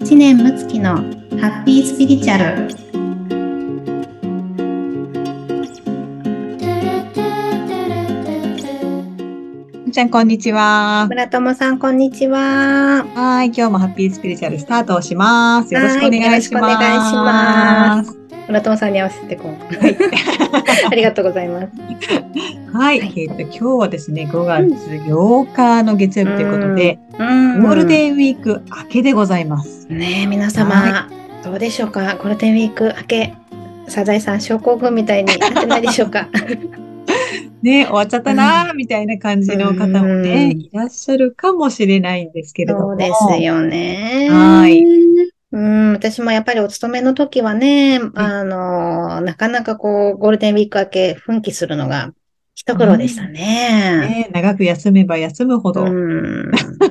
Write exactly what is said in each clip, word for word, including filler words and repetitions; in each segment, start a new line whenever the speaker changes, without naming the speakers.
知念睦月のハッピースピリチュアル。
ちゃん、こんにちは。
村友さん、こんにちは。
はい、今日もハッピースピリチュアルスタートをします。よろしく
はい、よろし
お願いし
くお願いします。
ます。
村友さんに合わせてこう。
はい。
ありがとうございます。
はい。
はい。
えっと、今日はですね、5
うん。
月ようかの月曜
う
日ということで、
ん。うん。
ゴールデンウィーク明けでございます。
ねえ、皆
はい。
様、どうでしょうか。ゴールデンウィーク明け、サザエさん症候群みたいになってないでしょうか。
ね、終わっちゃっ
う
たなー
ん。
みたいな感
う
じの方もね、
ん。
いらっしゃるかもしれないんですけれど
そうです
も、
よね。
はい。
うん、私もやっぱりお勤めの時はね、
はい。
あの、なかなかこう、ゴールデンウィーク明け奮起するのが一
う
苦労でした
ん。
ね。
ね、長く休めば休むほ
う
ど、
ん。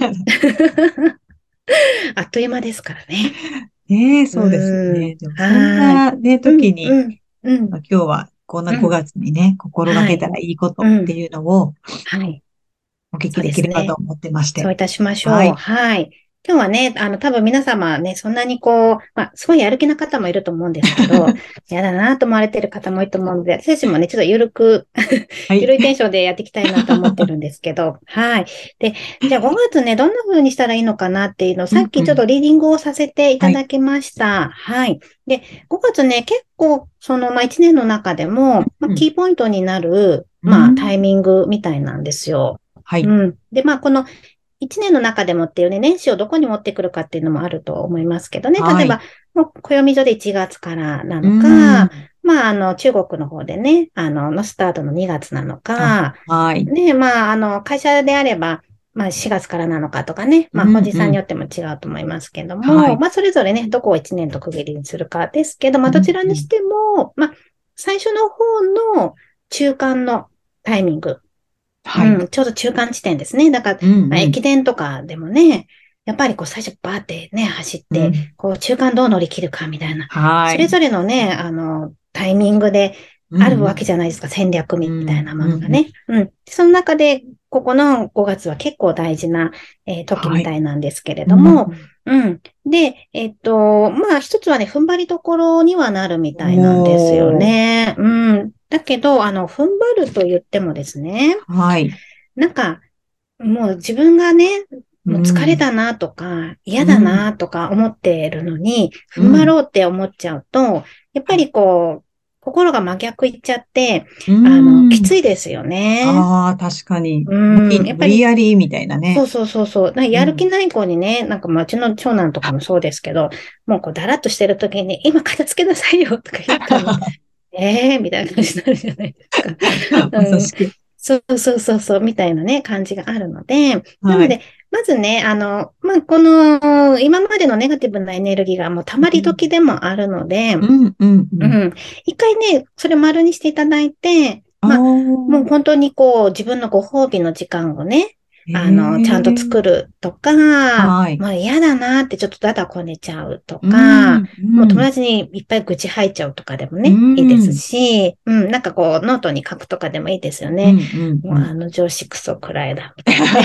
あっという間ですからね。
ねえ、そうですよ
うん。
ね。でも、そん
はい。
なね、
うん、
時に、
うん、うん、
まあ、今日はこんな
うん。
ごがつにね、心が
はい。
けたらいいこと
うん。
っていうのを
はい。
お聞
そう
きできればと
ですね。
思ってまして。
そういたしましょう。
はい。
はい。今日はね、あの、多分皆様ね、そんなにこう、まあ、すごいやる気な方もいると思うんですけど、やだなと思われてる方もいると思うので、私たちもね、ちょっとゆるく、
はい。
ゆるいテンションでやっていきたいなと思ってるんですけど、はい。で、じゃあごがつね、どんな風にしたらいいのかなっていうのを、さっきちょっ
うんうん。
とリーディングをさせていた
はい。
だきました。はい。で、ごがつね、結構、その、まあ、いちねんの中でも、まあ、
うん。
キーポイントになる、
う
まあ、タイ
ん。
ミングみたいなんですよ。
はい。
うん。で、まあ、この一年の中でもっていうね、年始をどこに持ってくるかっていうのもあると思いますけどね。例えば、
はい。
もう暦上でいちがつからな
う
のか、
ん。
まあ、あの、中国の方でね、あの、のスタートのにがつなの
あ、
か、
はい。
ね、まあ、あの、会社であれば、まあ、しがつからなのかとかね、
う
まあ、法
んうん。
人さんによっても違うと思いますけども、
はい。
まあ、それぞれね、どこをいちねんと区切りにするかですけど、まあ、
う
どち
んうん。
らにしても、まあ、最初の方の中間のタイミング、
はい。
うん、ちょうど中間地点ですね。だから、まあ、
うんうん。
駅伝とかでもね、やっぱりこう最初バーってね、走って、
うん。
こう中間どう乗り切るかみたいな、
はい。
それぞれのね、あの、タイミングであるわけ
うんうん。
じゃないですか、戦略
う
みたい
ん
なも
うんうん。
のがね。うん。その中で、ここのごがつは結構大事な、えー時
はい。
みたいなんですけれ
う
ども、
んうん。
うん。で、えっと、まあ一つはね、踏ん張りどころにはなるみたいなんですよ
おー。
ね。うん。だけど、あの、踏ん張ると言ってもですね、
はい。
なんか、もう自分がね、
う
もう疲れ
ん。
たなとか、嫌だ
うん。
なとか思ってるのに、
うん。
踏ん張ろうって思っちゃうと、やっぱ
はい。
りこう、心が真逆いっちゃって、
うー
あの、きつ
ん。
いですよね。
ああ、確かに。
う
無理、
ん、やっ
無理
ぱり、
やりみたいなね。
そうそうそうそう、なんか
うん。
やる気ない子にね、なんかまあうちの長男とかもそうですけど、もうこうだらっとしてる時に、今片付けなさいよとか言ったら、ええー、みたいな感じになるじゃないですか。
まさ
うん。
しく。
そうそうそうそう、みたいなね、感じがあるので、な
はい。
ので、まずね、あの、まあ、この、今までのネガティブなエネルギーがもう溜まり時でもあるので、
うん、うん、うん。
うん。一回ね、それ丸にしていただいて、
あ
まあ、もう
あ、
本当にこう、自分のご褒美の時間をね、あの、ちゃんと
ええ、
作るとか、
はい。
もう嫌だなってちょっとだだこねちゃうと
うん、
か、もう
うん、
友達にいっぱい愚痴吐いちゃうとかでも
う
ね、いいです
ん、
し、うん、なんかこう、ノートに書くとかでもいいですよね。
うん、うん、
もう
うん。
あの上司クソくらいだ、みたいなね。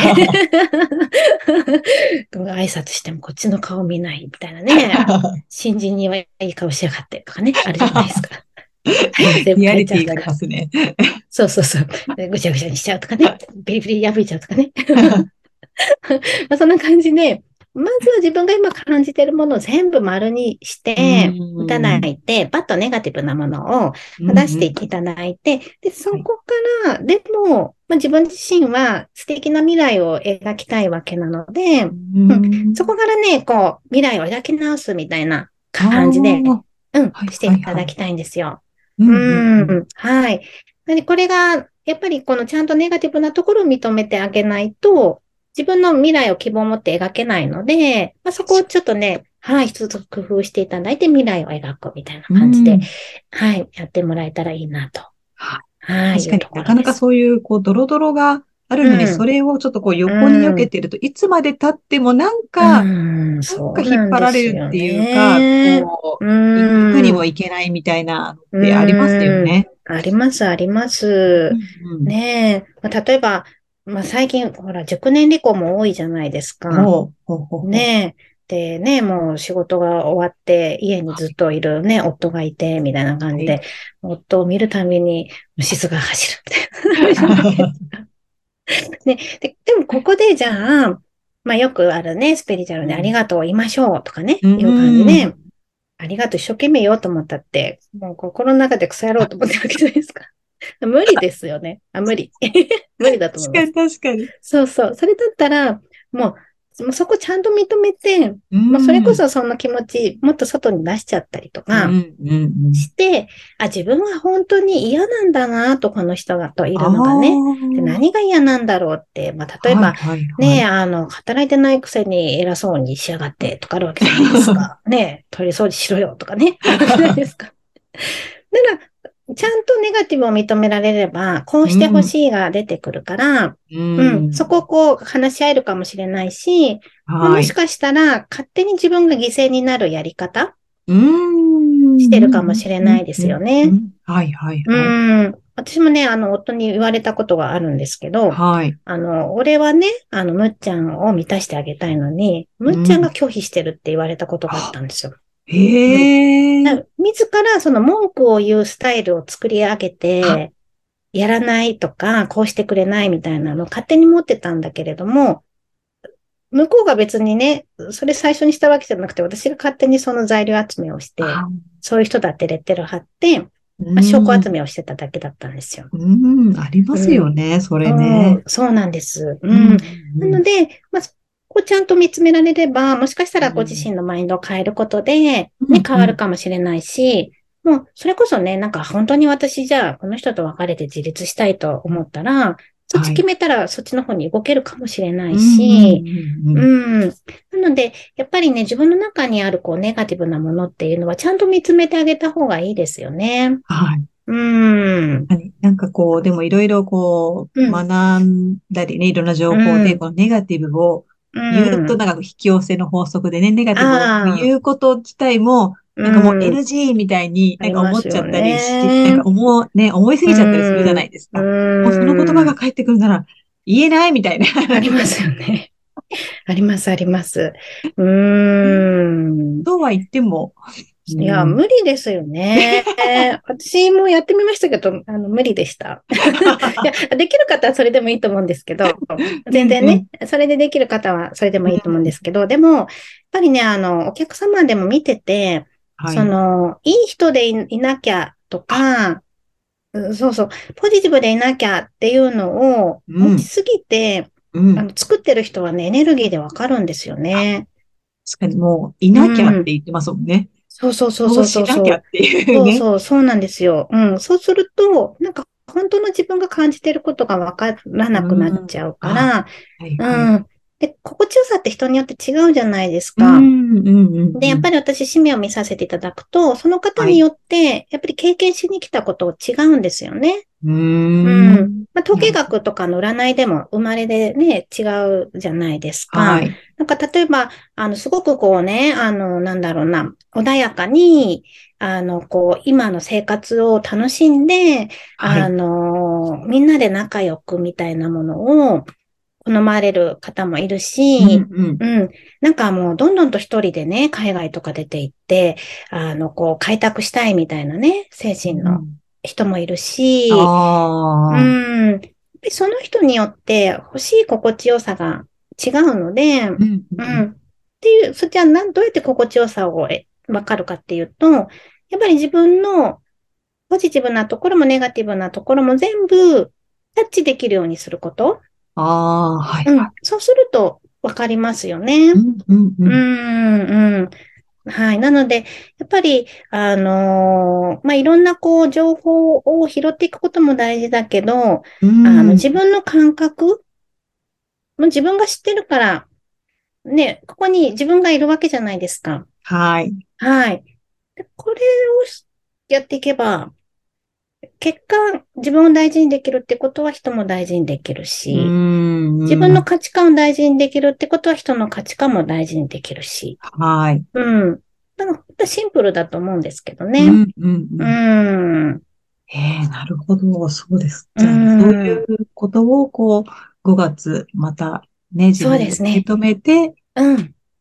挨拶してもこっちの顔見ないみたいなね。新人にはいい顔しやがってとかね、あるじゃないですか。全部
リア
変え
リティがあり
ちゃうとか。
ますね。
そうそうそう。ぐちゃぐちゃにしちゃうとかね。ビリビリ破いちゃうとかね。まあそんな感じで、まずは自分が今感じているものを全部丸にし
う
ていただ
ん、
いて、バッとネガティブなものを
うん、
出して
うん。
いただいて、で、そ
はい。
こから、でも、まあ、自分自身は素敵な未来を描きたいわけなので、
う
うん、そ
ん。
こからね、こう、未来を描き直すみたいな
あ
感じで、
あ、
うん、
はい、
して
はい、はい。
いただきたいんですよ。
うん、
う
うん、うん。
ん、はい。でこれが、やっぱりこのちゃんとネガティブなところを認めてあげないと、自分の未来を希望を持って描けないので、まあ、そこを
確か
ちょっとね、はい、一つ工夫していただいて未来を描くみたいな
に。う
感じで、
ん。
はい、やってもらえたらいいなと、
はい。
はい、
確かに
いうとこ
なかなか
ろです。
そういう、こう、ドロドロがあるのに、
うん、
それをちょっとこう、
う
横に避け
ん、
てると、いつまで経ってもなんか、
うん、
なんか
そうなん
引っ張られ
ですよ
るっていうか、
ね。
こ
う
う、い行くにも
ん、
行けないみたいなのっ
う
てありますよ
ん、
ね。
あります、ありま
う
す。
んうん。
ねえ、まあ、例えば、まあ、最近、ほら、熟年離婚も多いじゃないですか。
ほう、ほうほうほう。
ねえ。 でね、もう仕事が終わって家にずっといるね、夫がいて、みたいな感
はい。
じで、夫を見るたびに虫唾が走るみたいな感じじゃないですか。ね、で、でもここでじゃあ、まあよくあるね、スピリチュアルであり
うん。
がとう言いましょうとかね、
う
いう感じ
ん。
で、ありがとう一生懸命言おうと思ったって、もう心の中でクソ野郎と思ってるわけじゃないですか。無理ですよね。あ、無理。無理だと思います。
確かに確かに。
そうそう。それだったら、もう、もうそこちゃんと認めて、
う
もうそれこ
ん。
そその気持ち、もっと外に出しちゃったりと
うん。
か
うん。
して、あ、自分は本当に嫌なんだなと、この人がとい
あ
るのがね。で、
あ。
何が嫌なんだろうって、まあ、例えば、
はいはいは
ね、
い。
あの、働いてないくせに偉そうにしやがってとかあるわけじゃないですか。ね、トイレ掃除しろよとかね、あるわけじゃないですか。だから、ちゃんとネガティブを認められれば、こう
う
してほ
ん。
しいが出てくるから、
う
うん、そこ
ん。
をこう話し合えるかもしれないし、まあ、
はい。
もしかしたら勝手に自分が犠牲になるやり方
うーん。
してるか
うん。
もしれ
うん。
ないです
うん。
よね。
うん。はいはい
う
はい。
ん。私もね、あの、夫に言われたことがあるんですけど、
はい。
あの、俺はね、あの、むっちゃんを満たしてあげたいのに、むっちゃんが
うん。
拒否してるって言われたことがあっ
あ、
たんですよ。うん。
へえ。
だ自らその文句を言うスタイルを作り上げ
あ、
て、やらないとか、こうしてくれないみたいなのを勝手に持ってたんだけれども、向こうが別にね、それ最初にしたわけじゃなくて、私が勝手にその材料集めをして、
あ、
そういう人だってレッテル貼って、ま
う
あ、証拠集
ん。
めをしてただけだったんですよ。
うん。ありますよ
うん。
ね、それね。
そう、そうなんです。う
うん。
ん。
うん。
なので、まあ、そこをちゃんと見つめられれば、もしかしたらご自
うん。
身のマインドを変えることで、ね、
うん。うん。
変わるかもしれないし、もう、それこそね、なんか本当に私じゃあ、この人と別れて自立したいと思ったら、そっち
はい。
決めたらそっちの方に動けるかもしれない
うん。うん。
し、
うん。
うん。なので、やっぱりね、自分の中にあるこう、ネガティブなものっていうのはちゃんと見つめてあげた方がいいですよね。
はい。
うん。
はい。なんかこう、でもいろいろこう、
うん。
学んだりね、いろんな情
う
報で、
ん。
このネガティブを
う
言うと、
ん。
なんか引き寄せの法則でね、ネガティブを
ああ。
言うこと自体も、
う
なんかもう
ん。
エヌジー みたいに
あ
なんか思っ
りますよ
ちゃったりし、なんか
ね。
思う、ね、思いす
う
ぎちゃったりするじゃない
ん。
ですか。もうその言葉
うん。
が返ってくるなら言えないみたいな。
ありますよね。あります、あります。うーん。
とは言っても、う
いや、
ん。
無理ですよね。私もやってみましたけど、あの、無理でした。いや、できる方はそれでもいいと思うんですけど、
うんうん。
全然ね、それでできる方はそれでもいいと思うんですけど、でも、やっぱりね、あの、お客様でも見てて、そ
はい。
の、いい人でい、いなきゃと
あ、
か、うんそうそう、ポジティブでいなきゃっていうのを持ち
うん、
すぎて、
うん。
あの、作ってる人はね、エネルギーでわかるんですよ
あ、
ね。
確かにもう、い
う
なきゃって
ん。
言ってますもんね。
そうそうそう
そう
そうそ
しなきゃっ
うそう。
ていうね。
そうそう、そうなんですよ。うん。そうすると、なんか本当の自分が感じてることがわからなくなっ
うん。
ちゃうか
あ、
ら、
はいはい。
うん。で、心地よさって人によって違うじゃないです
う
か。
ん、うん、うん、
で、や
うん。
っぱり私、使命を見させていただくと、その方
はい。
によって、やっぱり経験しに来たこと違うんですよね。
うー
うん。
ん。
まあ、統計
なるほど。
学とかの占いでも生まれでね、違うじゃないですか。
はい。
なんか例えば、あの、すごくこうね、あの、なんだろうな、穏やかに、あの、こう、今の生活を楽しんで、あ
はい。
の、みんなで仲良くみたいなものを好まれる方もいる
うん、
し、
うん。
うん。なんかもう、どんどんと一人でね、海外とか出て行って、あの、こう、開拓したいみたいなね、精神の
うん。
人もいる
あ
し、う
あ。
ん。でその人によって欲しい心地よさが違うので、
うん、うん。
うん。っていう、そっちはなん、どうやって心地よさをえわかるかっていうと、やっぱり自分のポジティブなところもネガティブなところも全部タッチできるようにすること。
ああ、はい、
うん。
は
そうするとわかりますよね。
い。うん、うん、う
う
ん。
ん、うん。はい。なので、やっぱり、あのーまあ、いろんなこう、情報を拾っていくことも大事だけど、
う
あの、
ん。
自分の感覚、もう自分が知ってるから、ね、ここに自分がいるわけじゃないですか。
はい。
はい。でこれをしやっていけば、結果、自分を大事にできるってことは人も大事にできる
う
し、自
ん、うん。
分の価値観を大事にできるってことは人の価値観も大事にできるし。
はい。
うん。だから、本当シンプルだと思うんですけどね。
うん、うん、う
う
ん。
ん。
ええ、なるほど。そうです。
う
じゃあ、そうい
ん。
うことを、こう、ごがつ、また、ね、自
そう
分で
ですね。
受け止めて、
うん。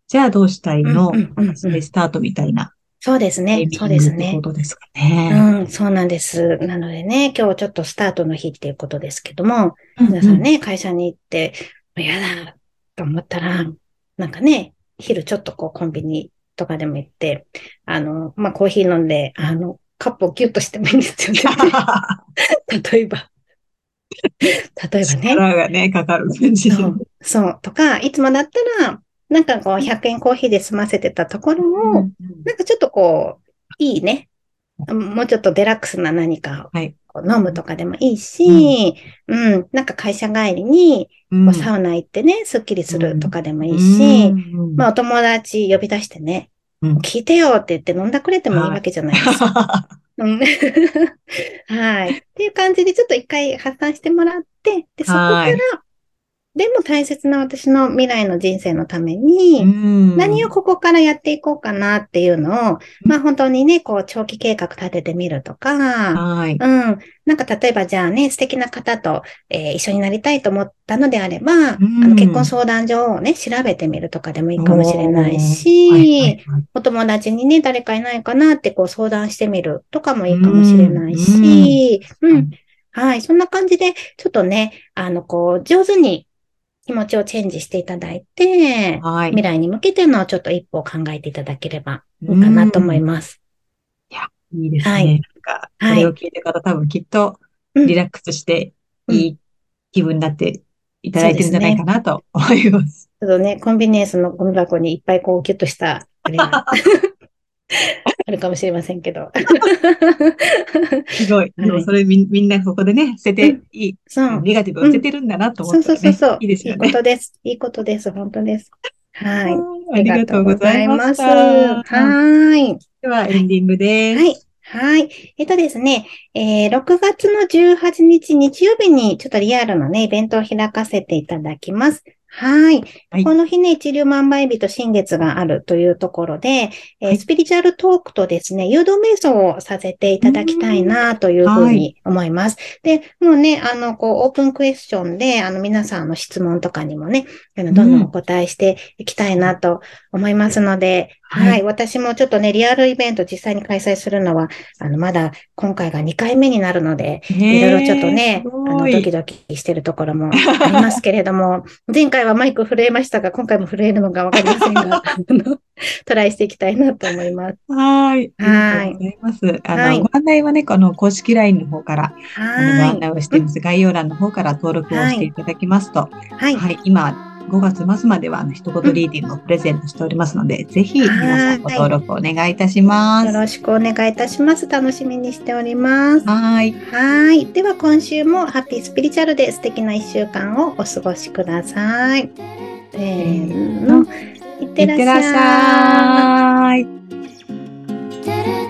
じゃあどうしたいの、
うんうんうんうん。
再スタートみたいな
そうですね。そう
タイミングってこ
ですね。
とですかね。
うん、そうなんです。なのでね、今日ちょっとスタートの日っていうことですけども、
うんうん。
皆さんね、会社に行って、やだと思ったら、なんかね、昼ちょっとこうコンビニとかでも行って、あの、まあ、コーヒー飲んで、あの、カップをギュッとしてもいいんですよ、全然。例えば、例えばね。
力がね、かかる感じでね。
そう、そう、とか、いつもだったら、なんかこう、ひゃくえんコーヒーで済ませてたところを、
うんうん。
なんかちょっとこう、いいね、もうちょっとデラックスな何か
はい。
を飲むとかでもいい
うん。
し、うん、なんか会社帰りに、
うん。
こうサウナ行ってね、スッキリすると
うん。
かでもいい
う
し、まあ
ん。
お友達呼び出してね、
うん。
聞いてよって言って飲んだくれてもいい
はい。
わけじゃないですか。うん、はい。っていう感じでちょっと一回発散してもらって、で、そこか
はい。
らでも大切な私の未来の人生のため
う
に、何を
ん。
ここからやっていこうかなっていうのを、まあ本当にね、こう長期計画立ててみるとか、
はい。
うん。なんか例えばじゃあね、素敵な方と、えー一緒になりたいと思ったのであれば、
う
あの結婚
ん。
相談所をね、調べてみるとかでもいいかもしれない
おー。はいはい
し、
はい。
お友達にね、誰かいないかなってこう相談してみるとかも
う
いいかもしれ
ん。
ない
うん。
し、うん。
はい。
はい。そんな感じで、ちょっとね、あの、こう、上手に気持ちをチェンジしていただいて、
はい。
未来に向けてのちょっと一歩を考えていただければ
う
いいかなと思い
ん。
ます。
いや、いいです
はい。
ね。なんか、これを
はい。
聞いてる方多分きっと
うん。
リラックスして
うん。
いい気分になっていた
そう
だいてるんじゃないか
ですね。
なと思います。
ちょっとね、コンビニエンスのゴミ箱にいっぱいこうギュッとした、あれがあるかもしれませんけど。
すごい。で
はい。
もそれみんみんなここでね、捨て
うん。
ていい、
そう。
ネガティブを
うん。
捨ててるんだなと思
そうそう
ったらね、
そうそう。
いいです
いいこと
よね。
です。いいことです。本当です。はい。
はいあ
ありが
りがとうご
とうご
ざいまし
ざいます。
た。
はーい。
では、エ
はい。
ンディングで
はい。
す。
はい。えっとですね、えー、ろくがつのじゅうはちにち日曜日にちょっとリアルなね、イベントを開かせていただきます。はい。
はい。
この日ね、一粒万倍日と新月があるというところで、えー
はい。
スピリチュアルトークとですね、誘導瞑想をさせてい
うー
ただきたい
ん。
なというふう
はい。
に思います。で、もうね、あの、こう、オープンクエスチョンで、あの、皆さんの質問とかにもね、あの、
う
どんどんお
ん。
答えしていきたいな
そう。
と思いますので、はい。
はい。
私もちょっとね、リアルイベント実際に開催するのは、あの、まだ今回がにかいめになるので、いろいろちょっと
へえ、す
ね、あの、ドキ
ごい。
ドキしてるところもありますけれども、前回はマイク震えましたが、今回も震えるのかわかりませんが、あの、トライしていきたいなと思います。
はい。ありがとう
はい。
ございます。あの、ご
はい。
案内はね、この公式 ライン の方から、あの、ご
はい。
案内をして
うん。
います。概要欄の方から登録を
はい。
していただきますと、
はい。
はい。今、ごがつ末までは、あの、一
うん。
言リーディングをプレゼントしておりますので、ぜひ皆さんご
はい。
登録お願いいたします。
よろしくお願いいたします。楽しみにしております。
はい。
はい。では今週もハッピースピリチュアルで素敵ないっしゅうかんをお過ごしください。せ
せ
ー
ーの。
の。いってらっし
いってらっし
ゃい。
ゃい。